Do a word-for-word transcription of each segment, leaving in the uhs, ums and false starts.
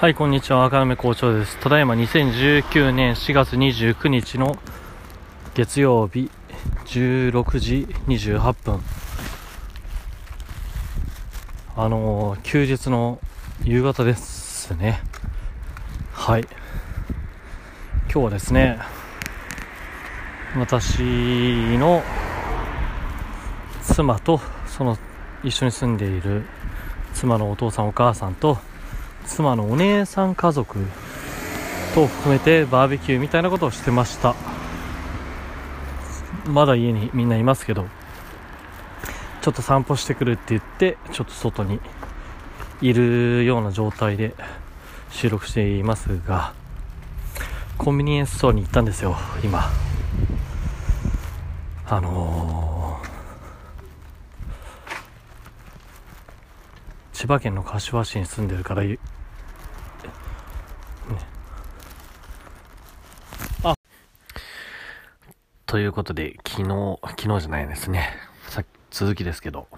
はい、こんにちは。赤目校長です。ただいまにせんじゅうきゅうねんしがつにじゅうくにちの月曜日じゅうろくじにじゅうはっぷん。あのー、休日の夕方ですね。はい。今日はですね、私の妻とその一緒に住んでいる妻のお父さんお母さんと妻のお姉さん家族と含めてバーベキューみたいなことをしてました。まだ家にみんないますけど、ちょっと散歩してくるって言ってちょっと外にいるような状態で収録していますが、コンビニエンスストアに行ったんですよ。今あのー、千葉県の柏市に住んでるから、ね、あということで、昨日昨日じゃないですね、さ続きですけど、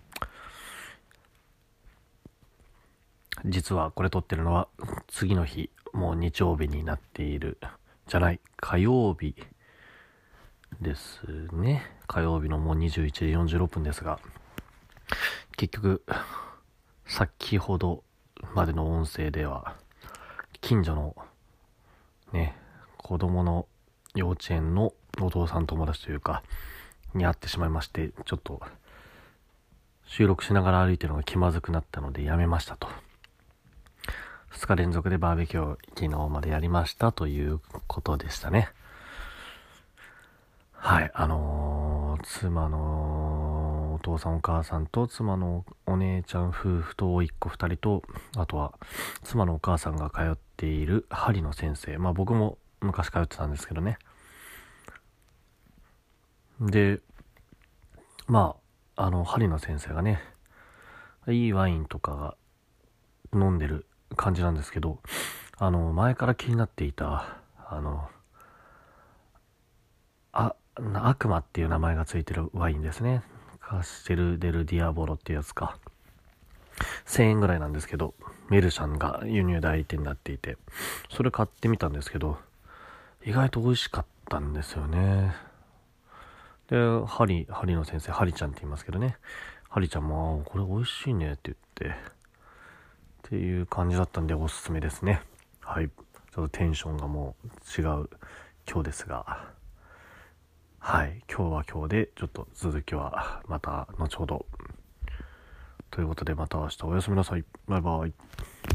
実はこれ撮ってるのは次の日、もう日曜日になっているじゃない火曜日ですね。火曜日のもうにじゅういちじよんじゅうろっぷんですが、結局先ほどまでの音声では近所のね子供の幼稚園のお父さん友達というかに会ってしまいまして、ちょっと収録しながら歩いてるのが気まずくなったのでやめましたと。ふつか連続でバーベキューを昨日までやりましたということでしたね。はい、あのー、妻のお父さんお母さんと妻のお姉ちゃん夫婦と甥っ子ふたりと、あとは妻のお母さんが通っている針の先生、まあ僕も昔通ってたんですけどね。で、まああの針の先生がね、いいワインとかが飲んでる感じなんですけど、あの前から気になっていたあのあ悪魔っていう名前がついてるワインですね。カステル・デル・ディアボロっていうやつか。せんえんぐらいなんですけど、メルシャンが輸入代理店になっていて、それ買ってみたんですけど、意外と美味しかったんですよね。で、ハリ、ハリの先生、ハリちゃんって言いますけどね。ハリちゃんも、これ美味しいねって言って、っていう感じだったんでおすすめですね。はい。ちょっとテンションがもう違う今日ですが、はい、今日は今日でちょっと続きはまた後ほどということで、また明日おやすみなさい。バイバイ。